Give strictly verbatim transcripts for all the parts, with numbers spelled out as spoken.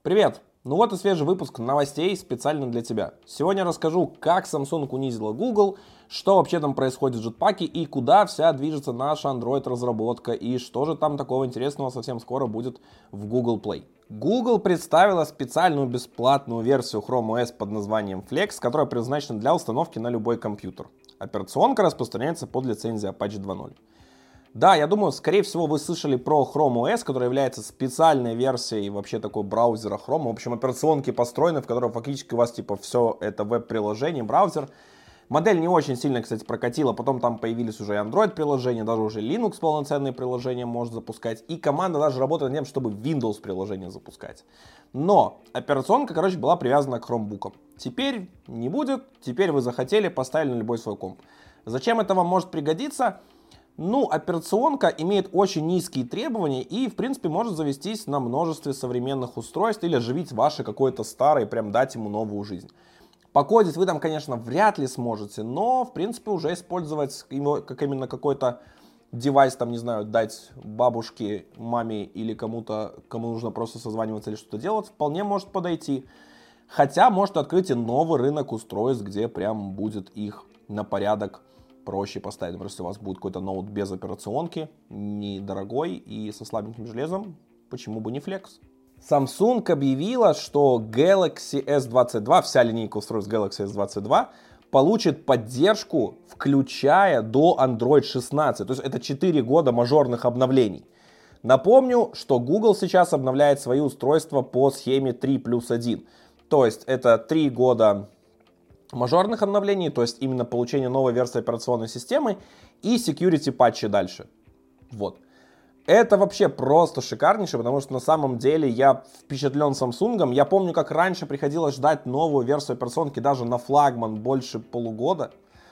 Привет! Ну вот и свежий выпуск новостей специально для тебя. Сегодня расскажу, как Samsung унизила Google, что вообще там происходит в Jetpack и куда вся движется наша Android-разработка и что же там такого интересного совсем скоро будет в Google Play. Google представила специальную бесплатную версию Chrome о эс под названием Flex, которая предназначена для установки на любой компьютер. Операционка распространяется под лицензией Apache два ноль. Да, я думаю, скорее всего, вы слышали про Chrome о эс, которая является специальной версией вообще такой браузера Chrome. В общем, операционки построены, в которой фактически у вас типа все это веб-приложение, браузер. Модель не очень сильно, кстати, прокатила, потом там появились уже и Android-приложения, даже уже Linux полноценные приложения может запускать. И команда даже работает над тем, чтобы Windows-приложения запускать. Но операционка, короче, была привязана к Chromebook. Теперь не будет, теперь вы захотели, поставили на любой свой комп. Зачем это вам может пригодиться? Ну, операционка имеет очень низкие требования и, в принципе, может завестись на множестве современных устройств или оживить ваше какое-то старое и прям дать ему новую жизнь. Покодить вы там, конечно, вряд ли сможете, но, в принципе, уже использовать его как именно какой-то девайс, там, не знаю, дать бабушке, маме или кому-то, кому нужно просто созваниваться или что-то делать, вполне может подойти. Хотя может открыть и новый рынок устройств, где прям будет их на порядок проще поставить. Например, если у вас будет какой-то ноут без операционки, недорогой и со слабеньким железом, почему бы не Flex? Samsung объявила, что Galaxy эс двадцать два, вся линейка устройств Galaxy эс двадцать два, получит поддержку, включая до Android шестнадцать. То есть это четыре года мажорных обновлений. Напомню, что Google сейчас обновляет свои устройства по схеме три плюс один. То есть это три года мажорных обновлений, то есть именно получение новой версии операционной системы и security патчи дальше. Вот. Это вообще просто шикарнейше, потому что на самом деле я впечатлен Samsung. Я помню, как раньше приходилось ждать новую версию операционки даже на флагман больше полугода.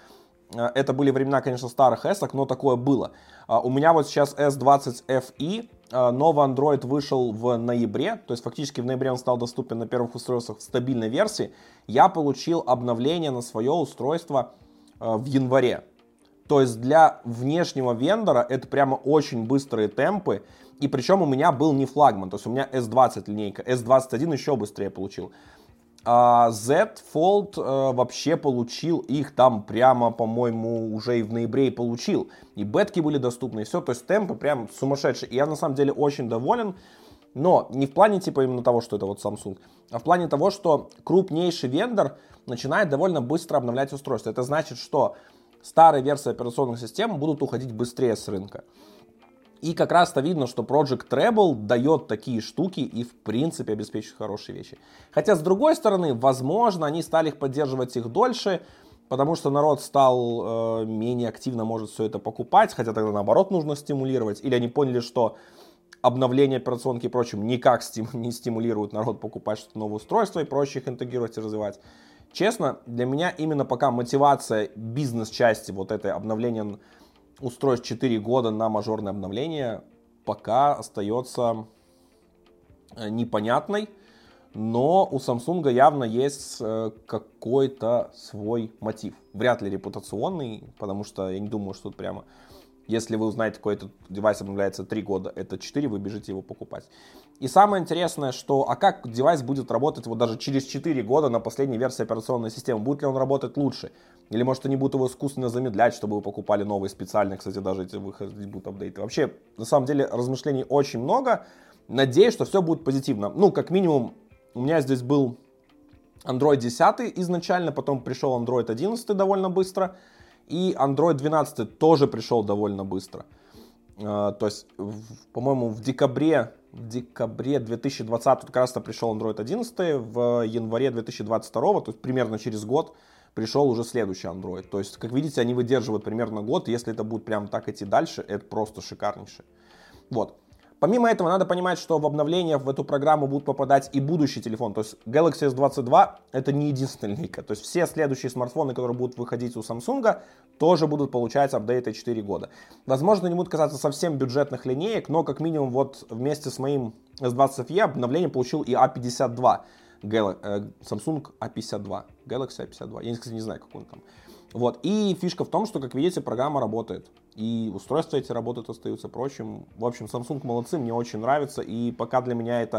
Это были времена, конечно, старых эсок, но такое было. У меня вот сейчас эс двадцать эф и, новый Android вышел в ноябре, то есть фактически в ноябре он стал доступен на первых устройствах в стабильной версии. Я получил обновление на свое устройство в январе. То есть для внешнего вендора это прямо очень быстрые темпы. И причем у меня был не флагман, то есть у меня эс двадцать линейка, эс двадцать один еще быстрее получил. А Z Fold э, вообще получил их там прямо, по-моему, уже и в ноябре и получил. И бетки были доступны, и все. То есть темпы прям сумасшедшие. И я на самом деле очень доволен. Но не в плане типа именно того, что это вот Samsung, а в плане того, что крупнейший вендор начинает довольно быстро обновлять устройство. Это значит, что старые версии операционных систем будут уходить быстрее с рынка. И как раз-то видно, что Project Treble дает такие штуки и в принципе обеспечивает хорошие вещи. Хотя с другой стороны, возможно, они стали их поддерживать их дольше, потому что народ стал э, менее активно может все это покупать, хотя тогда наоборот нужно стимулировать. Или они поняли, что обновление операционки и прочим никак стим, не стимулирует народ покупать что-то новое устройство и проще их интегрировать и развивать. Честно, для меня именно пока мотивация бизнес-части вот этой обновления устройств четыре года на мажорное обновление пока остается непонятной, но у Samsung явно есть какой-то свой мотив. Вряд ли репутационный, потому что я не думаю, что тут прямо, если вы узнаете, какой этот девайс обновляется три года, это четыре, вы бежите его покупать. И самое интересное, что, а как девайс будет работать вот даже через четыре года на последней версии операционной системы? Будет ли он работать лучше? Или может они будут его искусственно замедлять, чтобы вы покупали новые специальные, кстати, даже эти выходить будут апдейты. Вообще, на самом деле, размышлений очень много. Надеюсь, что все будет позитивно. Ну, как минимум, у меня здесь был Android десять изначально, потом пришел Android одиннадцать довольно быстро. И Android двенадцать тоже пришел довольно быстро. Uh, то есть, в, по-моему, в декабре, в декабре две тысячи двадцатого как раз-то пришел Android одиннадцать, в январе две тысячи двадцать второго, то есть примерно через год, пришел уже следующий Android. То есть, как видите, они выдерживают примерно год. Если это будет прям так идти дальше, это просто шикарнейше. Вот. Помимо этого, надо понимать, что в обновления в эту программу будут попадать и будущий телефон. То есть Galaxy эс двадцать два это не единственная линейка. То есть все следующие смартфоны, которые будут выходить у Samsung, тоже будут получать апдейты четыре года. Возможно, не будут касаться совсем бюджетных линеек, но как минимум вот вместе с моим эс двадцать эф и обновление получил и а пятьдесят два. Gal- э, Samsung а пятьдесят два. Galaxy а пятьдесят два. Я, кстати, не знаю, какой он там. Вот. И фишка в том, что, как видите, программа работает. И устройства эти работают, остаются прочим. В общем, Samsung молодцы, мне очень нравится. И пока для меня это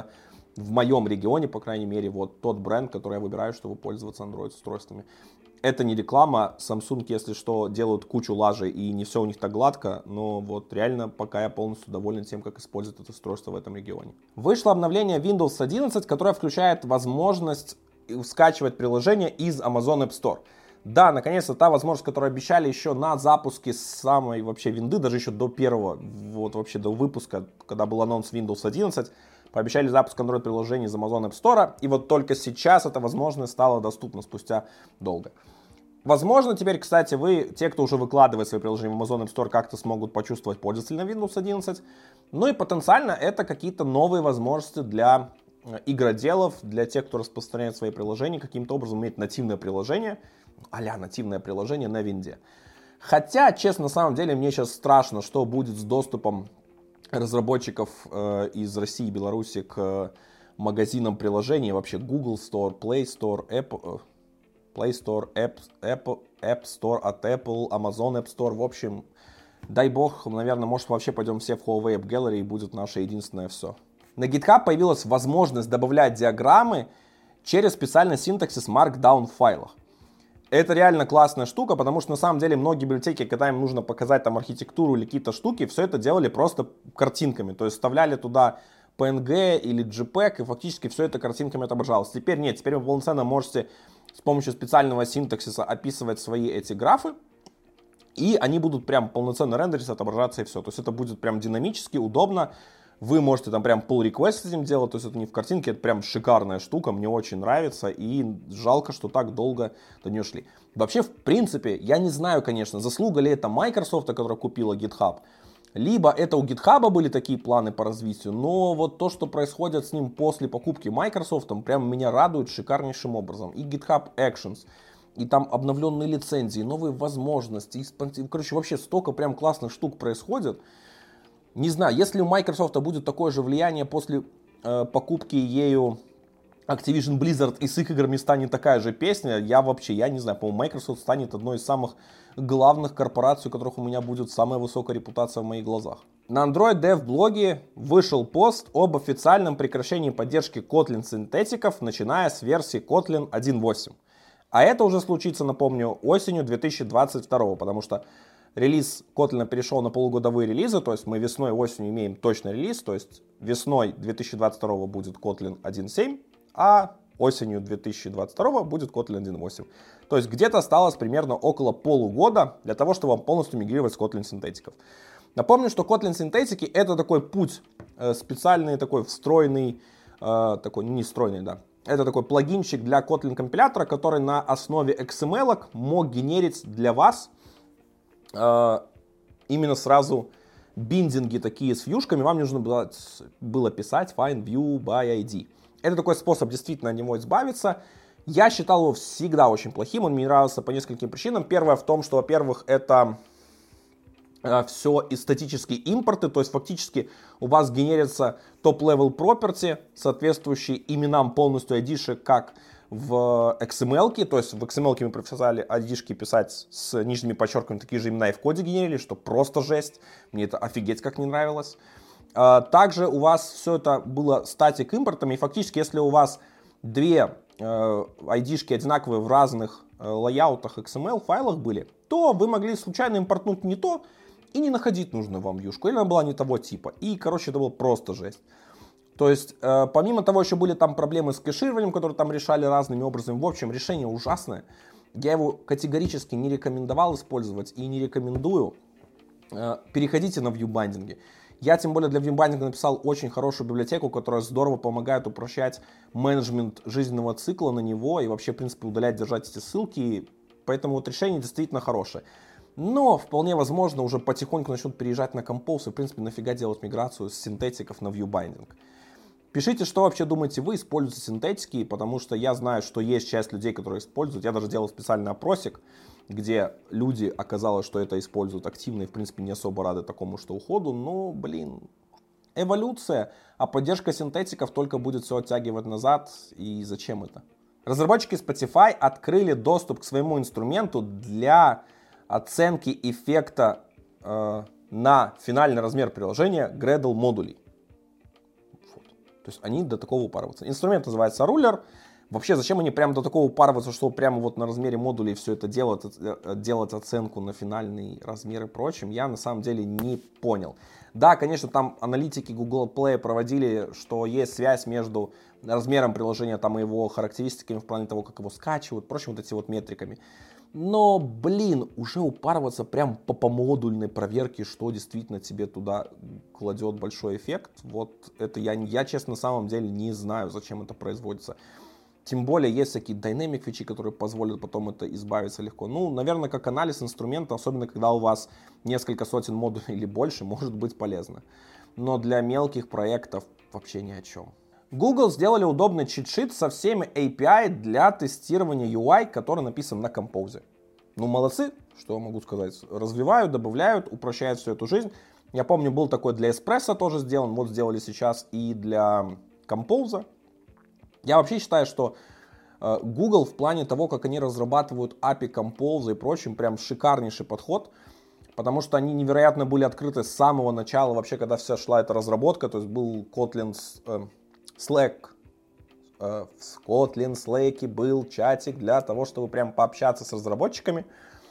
в моем регионе, по крайней мере, вот тот бренд, который я выбираю, чтобы пользоваться Android-устройствами. Это не реклама, Samsung, если что, делают кучу лажей и не все у них так гладко, но вот реально пока я полностью доволен тем, как используют это устройство в этом регионе. Вышло обновление Windows одиннадцать, которое включает возможность скачивать приложение из Amazon App Store. Да, наконец-то та возможность, которую обещали еще на запуске самой вообще винды, даже еще до первого, вот вообще до выпуска, когда был анонс Windows одиннадцать, пообещали запуск Android-приложений из Amazon App Store, и вот только сейчас эта возможность стала доступна спустя долго. Возможно, теперь, кстати, вы, те, кто уже выкладывает свои приложения в Amazon App Store, как-то смогут почувствовать пользователя на Windows одиннадцать. Ну и потенциально это какие-то новые возможности для игроделов, для тех, кто распространяет свои приложения, каким-то образом имеет нативное приложение, а-ля нативное приложение на винде. Хотя, честно, на самом деле, мне сейчас страшно, что будет с доступом разработчиков э, из России и Беларуси к магазинам приложений, вообще Google Store, Play Store, Apple, Play Store, App, Apple, App Store от Apple, Amazon App Store, в общем, дай бог, наверное, может вообще пойдем все в Huawei App Gallery и будет наше единственное все. На GitHub появилась возможность добавлять диаграммы через специальный синтаксис Markdown в файлах. Это реально классная штука, потому что на самом деле многие библиотеки, когда им нужно показать там архитектуру или какие-то штуки, все это делали просто картинками. То есть вставляли туда пи эн джи или джей пег, и фактически все это картинками отображалось. Теперь нет, теперь вы полноценно можете с помощью специального синтаксиса описывать свои эти графы, и они будут прям полноценно рендериться, отображаться и все. То есть это будет прям динамически, удобно. Вы можете там прям pull request с этим делать, то есть это не в картинке, это прям шикарная штука, мне очень нравится, и жалко, что так долго до нее шли. Вообще, в принципе, я не знаю, конечно, заслуга ли это Microsoft, которая купила GitHub, либо это у GitHub были такие планы по развитию, но вот то, что происходит с ним после покупки Microsoft, прям меня радует шикарнейшим образом. И GitHub Actions, и там обновленные лицензии, новые возможности, и, короче, вообще столько прям классных штук происходит. Не знаю, если у Microsoft будет такое же влияние после э, покупки ею Activision Blizzard и с их играми станет такая же песня, я вообще, я не знаю, по-моему, Microsoft станет одной из самых главных корпораций, у которых у меня будет самая высокая репутация в моих глазах. На Android Dev блоге вышел пост об официальном прекращении поддержки Kotlin синтетиков, начиная с версии Kotlin один точка восемь. А это уже случится, напомню, осенью две тысячи двадцать второго, потому что релиз Kotlin перешел на полугодовые релизы, то есть мы весной и осенью имеем точный релиз, то есть весной две тысячи двадцать второго будет Kotlin один точка семь, а осенью две тысячи двадцать второго будет Kotlin один точка восемь. То есть где-то осталось примерно около полугода для того, чтобы вам полностью мигрировать с Kotlin синтетиков. Напомню, что Kotlin синтетики это такой путь, специальный такой встроенный, такой не встроенный, да. Это такой плагинчик для Kotlin компилятора, который на основе икс эм эл мог генерить для вас именно сразу биндинги такие с вьюшками. Вам нужно было, было писать find view by ай ди. Это такой способ действительно от него избавиться. Я считал его всегда очень плохим, он мне нравился по нескольким причинам. Первое в том, что, во-первых, это все статические импорты, то есть фактически у вас генерится топ-левел property, соответствующие именам полностью ай ди-шек, как в икс эм эл, то есть в икс эм эл мы профессионали ай ди-шки писать с нижними подчеркиваниями, такие же имена и в коде генерили, что просто жесть, мне это офигеть как не нравилось. Также у вас все это было статик импортами, и фактически если у вас две ай ди-шки одинаковые в разных лайаутах икс эм эл файлах были, то вы могли случайно импортнуть не то, и не находить нужную вам вьюшку, или она была не того типа. И, короче, это было просто жесть. То есть, э, помимо того, еще были там проблемы с кэшированием, которые там решали разными образами. В общем, решение ужасное. Я его категорически не рекомендовал использовать и не рекомендую. Э, переходите на вьюбайндинги. Я, тем более, для вьюбайндинга написал очень хорошую библиотеку, которая здорово помогает упрощать менеджмент жизненного цикла на него и вообще, в принципе, удалять, держать эти ссылки. Поэтому вот решение действительно хорошее. Но вполне возможно уже потихоньку начнут переезжать на Compose и, в принципе, нафига делать миграцию с синтетиков на вьюбайндинг. Пишите, что вообще думаете вы, используете синтетики, потому что я знаю, что есть часть людей, которые используют. Я даже делал специальный опросик, где люди, оказалось, что это используют активно и, в принципе, не особо рады такому что уходу. Но, блин, эволюция, а поддержка синтетиков только будет все оттягивать назад. И зачем это? Разработчики Spotify открыли доступ к своему инструменту для оценки эффекта э, на финальный размер приложения Gradle модулей. Вот. То есть они до такого упарываются. Инструмент называется рулер. Вообще, зачем они прям до такого упарываются, что прямо вот на размере модулей все это делать, делать оценку на финальный размер и прочим, я на самом деле не понял. Да, конечно, там аналитики Google Play проводили, что есть связь между размером приложения там, и его характеристиками в плане того, как его скачивают, прочим, вот эти вот метриками. Но, блин, уже упарываться прям по, по модульной проверке, что действительно тебе туда кладет большой эффект, вот это я, я, честно, на самом деле не знаю, зачем это производится. Тем более есть всякие dynamic фичи, которые позволят потом это избавиться легко. Ну, наверное, как анализ инструмента, особенно когда у вас несколько сотен модулей или больше, может быть полезно. Но для мелких проектов вообще ни о чем. Google сделали удобный чит-шит со всеми эй пи ай для тестирования ю ай, который написан на Compose. Ну, молодцы, что могу сказать. Развивают, добавляют, упрощают всю эту жизнь. Я помню, был такой для Espresso тоже сделан, вот сделали сейчас и для Compose. Я вообще считаю, что э, Google в плане того, как они разрабатывают эй пи ай Compose и прочим, прям шикарнейший подход. Потому что они невероятно были открыты с самого начала, вообще, когда вся шла эта разработка. То есть был Kotlin, э, Slack. Э, в Kotlin Slack был чатик для того, чтобы прям пообщаться с разработчиками.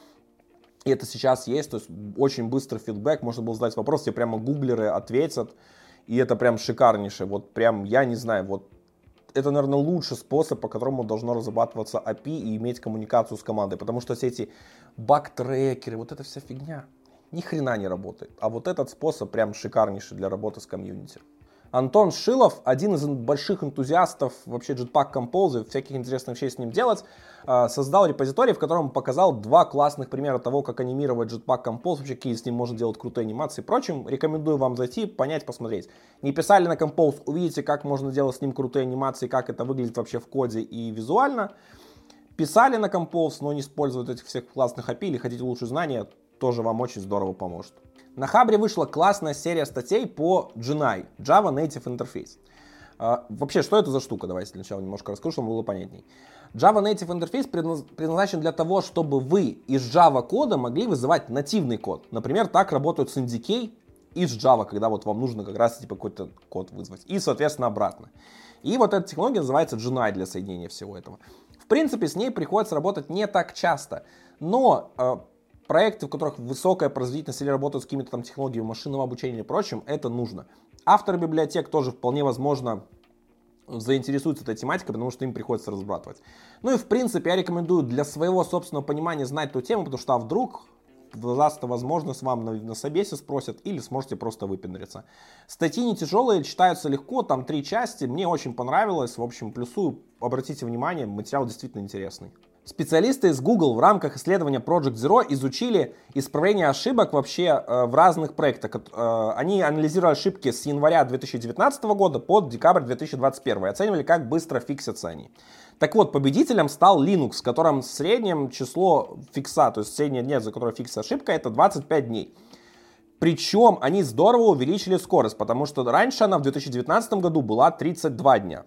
И это сейчас есть. То есть очень быстрый фидбэк. Можно было задать вопрос, тебе прямо гуглеры ответят. И это прям шикарнейший. Вот прям, я не знаю, вот. Это, наверное, лучший способ, по которому должно разрабатываться эй пи ай и иметь коммуникацию с командой. Потому что все эти баг-трекеры, вот эта вся фигня, ни хрена не работает. А вот этот способ прям шикарнейший для работы с комьюнити. Антон Шилов, один из больших энтузиастов вообще Jetpack Compose, всяких интересных вещей с ним делать, создал репозиторий, в котором показал два классных примера того, как анимировать Jetpack Compose, вообще какие с ним можно делать крутые анимации и прочим. Рекомендую вам зайти, понять, посмотреть. Не писали на Compose, увидите, как можно делать с ним крутые анимации, как это выглядит вообще в коде и визуально. Писали на Compose, но не используют этих всех классных эй пи ай или хотите лучше знания, тоже вам очень здорово поможет. На Хабре вышла классная серия статей по джи эн ай, Java Native Interface. Uh, вообще, что это за штука? Давайте сначала немножко расскажу, чтобы было понятней. Java Native Interface предназначен для того, чтобы вы из Java кода могли вызывать нативный код. Например, так работают с эн ди кей из Java, когда вот вам нужно как раз типа какой-то код вызвать. И, соответственно, обратно. И вот эта технология называется джи эн ай для соединения всего этого. В принципе, с ней приходится работать не так часто. Но uh, проекты, в которых высокая производительность или работают с какими-то там технологиями машинного обучения и прочим, это нужно. Авторы библиотек тоже вполне возможно заинтересуются этой тематикой, потому что им приходится разрабатывать. Ну и в принципе я рекомендую для своего собственного понимания знать ту тему, потому что а вдруг даст возможность вам на, на собесе спросят или сможете просто выпендриться. Статьи не тяжелые, читаются легко, там три части, мне очень понравилось, в общем плюсую, обратите внимание, материал действительно интересный. Специалисты из Google в рамках исследования Project Zero изучили исправление ошибок вообще э, в разных проектах. Э, они анализировали ошибки с января две тысячи девятнадцатого года по декабрь две тысячи двадцать первого и оценивали, как быстро фиксятся они. Так вот, победителем стал Linux, в котором в среднем число фикса, то есть среднее дня, за которое фиксится ошибка, это двадцать пять дней. Причем они здорово увеличили скорость, потому что раньше она в две тысячи девятнадцатом году была тридцать два дня.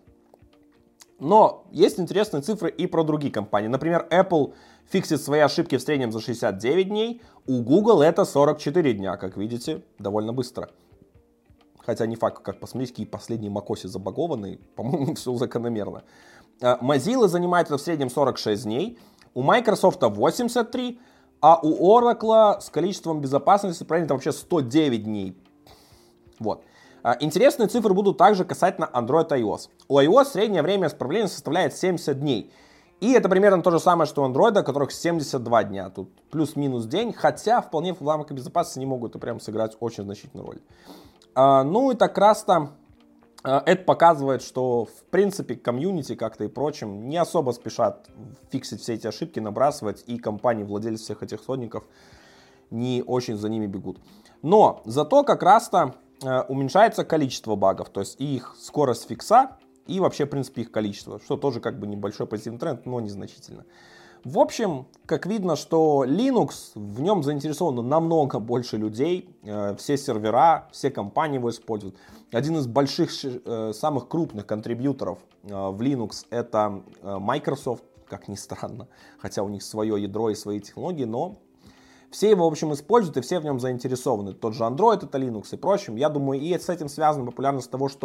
Но есть интересные цифры и про другие компании. Например, Apple фиксит свои ошибки в среднем за шестьдесят девять дней. У Google это сорок четыре дня, как видите, довольно быстро. Хотя не факт, как посмотреть, какие последние macOS забагованы. По-моему, все закономерно. Mozilla занимает это в среднем сорок шесть дней. У Microsoft восемьдесят три. А у Oracle с количеством безопасности правильно это вообще сто девять дней. Вот. Интересные цифры будут также касательно Android и iOS. У iOS среднее время исправления составляет семьдесят дней. И это примерно то же самое, что у Android, у которых семьдесят два дня. Тут плюс-минус день, хотя вполне в рамках безопасности не могут и прям сыграть очень значительную роль. А, ну и так раз-то а, это показывает, что в принципе комьюнити как-то и прочим не особо спешат фиксить все эти ошибки, набрасывать, и компании, владельцы всех этих исходников не очень за ними бегут. Но зато как раз-то уменьшается количество багов, то есть их скорость фикса и вообще, в принципе, их количество, что тоже как бы небольшой позитивный тренд, но незначительно. В общем, как видно, что Linux, в нем заинтересовано намного больше людей, все сервера, все компании его используют. Один из больших, самых крупных контрибьюторов в Linux это Microsoft, как ни странно, хотя у них свое ядро и свои технологии, но все его, в общем, используют, и все в нем заинтересованы. Тот же Android, это Linux и прочим. Я думаю, и с этим связана популярность того, что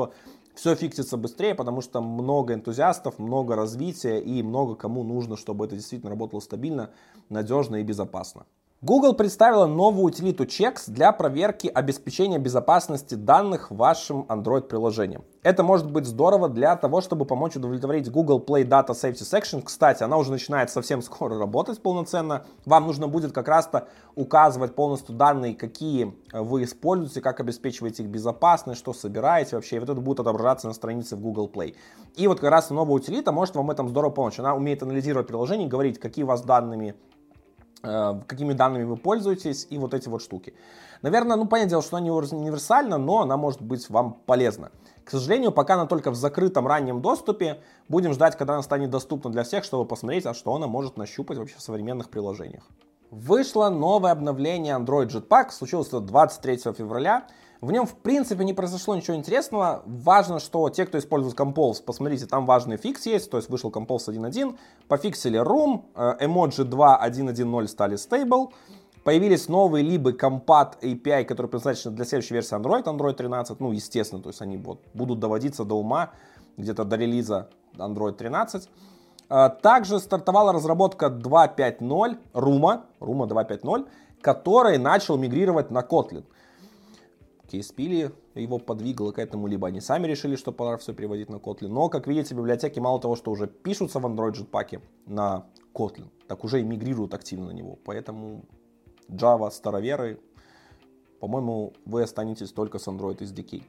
все фиксится быстрее, потому что много энтузиастов, много развития и много кому нужно, чтобы это действительно работало стабильно, надежно и безопасно. Google представила новую утилиту Checks для проверки обеспечения безопасности данных вашим Android-приложением. Это может быть здорово для того, чтобы помочь удовлетворить Google Play Data Safety Section. Кстати, она уже начинает совсем скоро работать полноценно. Вам нужно будет как раз-то указывать полностью данные, какие вы используете, как обеспечиваете их безопасность, что собираете вообще. И вот это будет отображаться на странице в Google Play. И вот как раз новая утилита может вам в этом здорово помочь. Она умеет анализировать приложение, говорить, какие у вас данными какими данными вы пользуетесь и вот эти вот штуки. Наверное, ну, понятное дело, что она не универсальна, но она может быть вам полезна. К сожалению, пока она только в закрытом раннем доступе. Будем ждать, когда она станет доступна для всех, чтобы посмотреть, а что она может нащупать вообще в современных приложениях. Вышло новое обновление Android Jetpack, случилось это двадцать третьего февраля. В нем, в принципе, не произошло ничего интересного. Важно, что те, кто использует Compose, посмотрите, там важный фикс есть. То есть вышел Compose один точка один, пофиксили Room, Emoji два точка один точка один стали stable. Появились новые либо Compat эй пи ай, которые предназначены для следующей версии Android, Android тринадцать. Ну, естественно, то есть они вот будут доводиться до ума где-то до релиза Android тринадцать. Также стартовала разработка два точка пять точка ноль Room, Room два точка пять точка ноль, который начал мигрировать на Kotlin. KSPili его подвигало к этому, либо они сами решили, что пора все переводить на Kotlin. Но, как видите, библиотеки мало того, что уже пишутся в Android Jetpack на Kotlin, так уже и мигрируют активно на него. Поэтому Java староверы, по-моему, вы останетесь только с Android эс ди кей.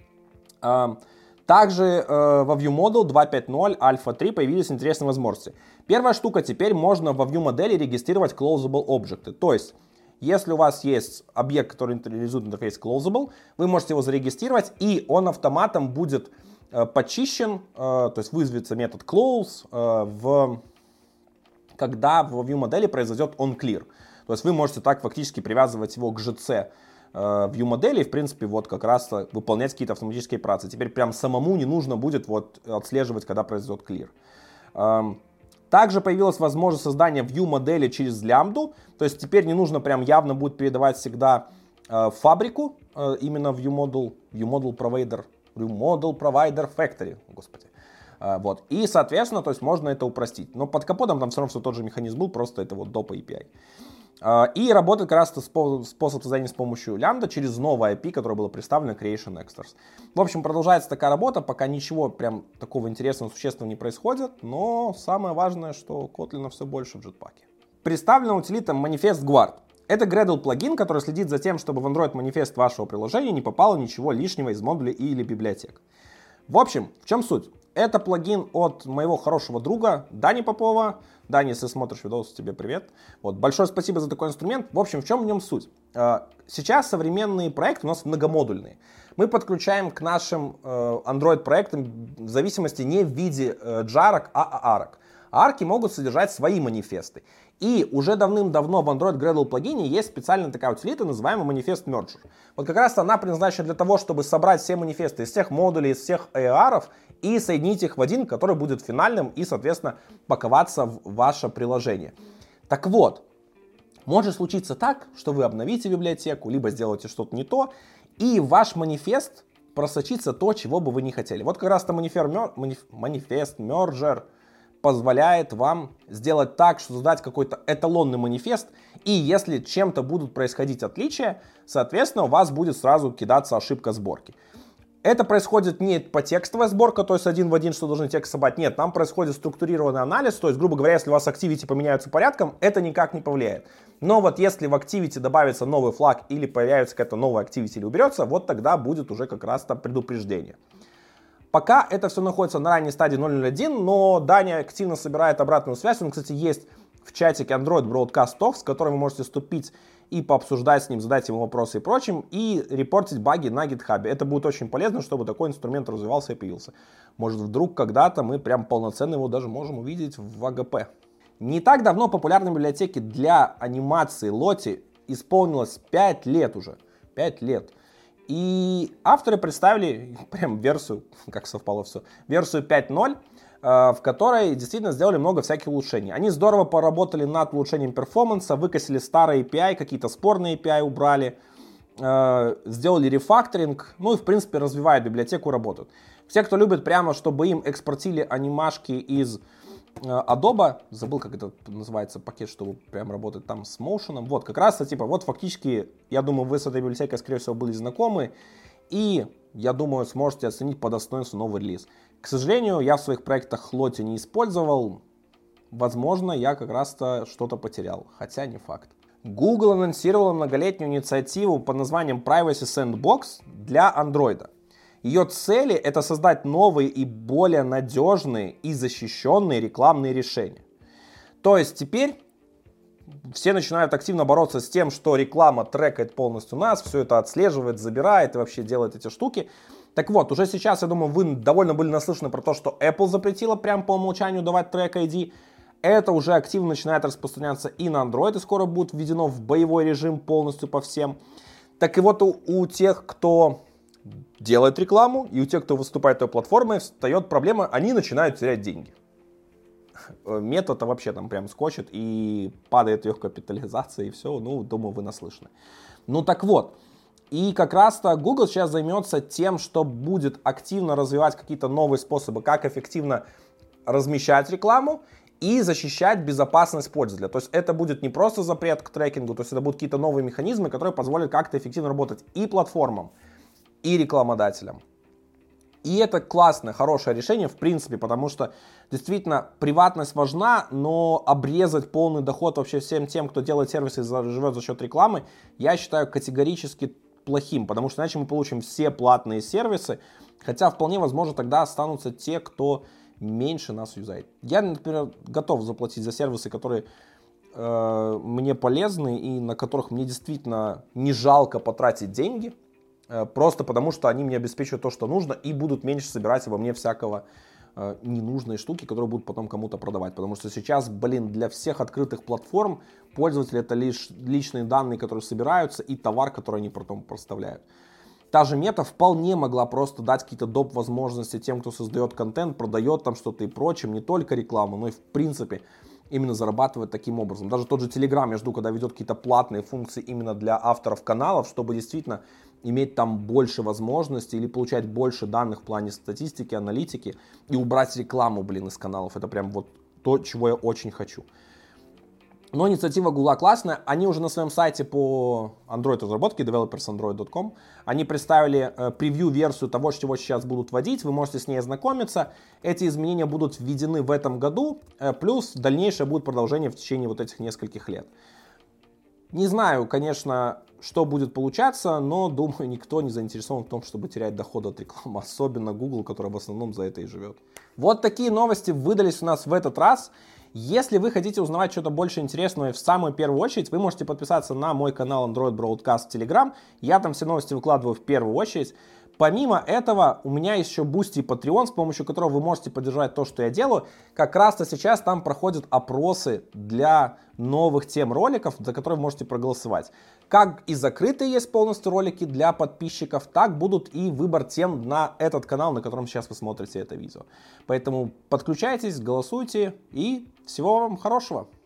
Также э, во ViewModel два точка пять точка ноль Alpha три появились интересные возможности. Первая штука, теперь можно во ViewModel регистрировать closable объекты. То есть, если у вас есть объект, который реализует интерфейс closable, вы можете его зарегистрировать, и он автоматом будет э, почищен, э, то есть вызовется метод close, э, в, когда в ViewModel произойдет onClear. То есть вы можете так фактически привязывать его к джи си э, ViewModel и, в принципе, вот как раз выполнять какие-то автоматические операции. Теперь прям самому не нужно будет вот отслеживать, когда произойдет clear. Эм, Также появилась возможность создания view-модели через лямбду. То есть теперь не нужно прям явно будет передавать всегда э, фабрику, э, именно ViewModel, ViewModel Provider, ViewModel Provider Factory, господи. Э, вот. И, соответственно, то есть можно это упростить. Но под капотом там все равно все тот же механизм был, просто это вот доп. эй пи ай. Э, и работает как раз способ создания с помощью лямбда через новое ай пи, которое было представлено Creation Extras. В общем, продолжается такая работа, пока ничего прям такого интересного, существенного не происходит, но самое важное, что Kotlin все больше в Jetpack. Представлена утилита Manifest Guard. Это Gradle плагин, который следит за тем, чтобы в Android Manifest вашего приложения не попало ничего лишнего из модулей или библиотек. В общем, в чем суть? Это плагин от моего хорошего друга Дани Попова. Дани, если смотришь видос, тебе привет. Вот, большое спасибо за такой инструмент. В общем, в чем в нем суть? Сейчас современные проекты у нас многомодульные. Мы подключаем к нашим Android-проектам в зависимости не в виде джарок, а арок. Арки могут содержать свои манифесты. И уже давным-давно в Android Gradle плагине есть специальная такая утилита, называемая Manifest Merger. Вот как раз она предназначена для того, чтобы собрать все манифесты из всех модулей, из всех эй ар и соединить их в один, который будет финальным и, соответственно, паковаться в ваше приложение. Так вот, может случиться так, что вы обновите библиотеку, либо сделаете что-то не то, и в ваш манифест просочится то, чего бы вы не хотели. Вот как раз-то Manifest Merger позволяет вам сделать так, что создать какой-то эталонный манифест, и если чем-то будут происходить отличия, соответственно, у вас будет сразу кидаться ошибка сборки. Это происходит не по текстовой сборке, то есть один в один, что должны текст собрать. Нет, там происходит структурированный анализ, то есть, грубо говоря, если у вас activity поменяются порядком, это никак не повлияет. Но вот если в activity добавится новый флаг или появится какая-то новая activity или уберется, вот тогда будет уже как раз-то предупреждение. Пока это все находится на ранней стадии ноль ноль один, но Даня активно собирает обратную связь. Он, кстати, есть в чатике Android Broadcast Talks, в который вы можете вступить и пообсуждать с ним, задать ему вопросы и прочим, и репортить баги на GitHub. Это будет очень полезно, чтобы такой инструмент развивался и появился. Может, вдруг когда-то мы прям полноценно его даже можем увидеть в эй джи пи. Не так давно популярной библиотеке для анимации Lottie исполнилось пять лет уже. пять лет. И авторы представили прям версию, как совпало все, версию пять ноль, в которой действительно сделали много всяких улучшений. Они здорово поработали над улучшением перформанса, выкосили старые эй пи ай, какие-то спорные эй пи ай убрали, сделали рефакторинг, ну и в принципе развивают библиотеку, работают. Те, кто любит прямо, чтобы им экспортили анимашки из Adobe, забыл, как это называется, пакет, чтобы прям работать там с моушеном. Вот, как раз, типа, вот фактически, я думаю, вы с этой библиотекой, скорее всего, были знакомы. И, я думаю, сможете оценить по достоинству новый релиз. К сожалению, я в своих проектах Lottie не использовал. Возможно, я как раз-то что-то потерял, хотя не факт. Google анонсировала многолетнюю инициативу под названием Privacy Sandbox для Android. Ее цели — это создать новые и более надежные и защищенные рекламные решения. То есть теперь все начинают активно бороться с тем, что реклама трекает полностью нас, все это отслеживает, забирает и вообще делает эти штуки. Так вот, уже сейчас, я думаю, вы довольно были наслышаны про то, что Apple запретила прям по умолчанию давать трек ай ди. Это уже активно начинает распространяться и на Android, и скоро будет введено в боевой режим полностью по всем. Так и вот у, у тех, кто делает рекламу, и у тех, кто выступает этой платформой, встает проблема, они начинают терять деньги. Мета-то вообще там прям скочит, и падает ее капитализация, и все, ну, думаю, вы наслышаны. Ну так вот, и как раз-то Google сейчас займется тем, что будет активно развивать какие-то новые способы, как эффективно размещать рекламу и защищать безопасность пользователя. То есть это будет не просто запрет к трекингу, то есть это будут какие-то новые механизмы, которые позволят как-то эффективно работать и платформам, и рекламодателям. И это классное, хорошее решение, в принципе, потому что действительно приватность важна, но обрезать полный доход вообще всем тем, кто делает сервисы и живет за счет рекламы, я считаю категорически плохим, потому что иначе мы получим все платные сервисы, хотя вполне возможно тогда останутся те, кто меньше нас юзает. Я, например, готов заплатить за сервисы, которые э, мне полезны и на которых мне действительно не жалко потратить деньги, э, просто потому что они мне обеспечивают то, что нужно, и будут меньше собирать во мне всякого э, ненужной штуки, которые будут потом кому-то продавать. Потому что сейчас, блин, для всех открытых платформ пользователи — это лишь личные данные, которые собираются, и товар, который они потом поставляют. Та же Мета вполне могла просто дать какие-то доп. Возможности тем, кто создает контент, продает там что-то и прочим, не только рекламу, но и в принципе именно зарабатывать таким образом. Даже тот же Telegram, я жду, когда ведет какие-то платные функции именно для авторов каналов, чтобы действительно иметь там больше возможностей или получать больше данных в плане статистики, аналитики и убрать рекламу, блин, из каналов. Это прям вот то, чего я очень хочу. Но инициатива Google классная. Они уже на своем сайте по Android-разработке, девелоперс андроид точка ком, они представили э, превью-версию того, чего сейчас будут вводить. Вы можете с ней ознакомиться. Эти изменения будут введены в этом году, э, плюс дальнейшее будет продолжение в течение вот этих нескольких лет. Не знаю, конечно, что будет получаться, но, думаю, никто не заинтересован в том, чтобы терять доход от рекламы, особенно Google, который в основном за это и живет. Вот такие новости выдались у нас в этот раз. Если вы хотите узнавать что-то больше интересного, в самую первую очередь, вы можете подписаться на мой канал Android Broadcast в Telegram. Я там все новости выкладываю в первую очередь. Помимо этого, у меня есть еще Boosty и Patreon, с помощью которого вы можете поддержать то, что я делаю. Как раз-то сейчас там проходят опросы для новых тем роликов, за которые вы можете проголосовать. Как и закрытые есть полностью ролики для подписчиков, так будут и выбор тем на этот канал, на котором сейчас вы смотрите это видео. Поэтому подключайтесь, голосуйте и всего вам хорошего.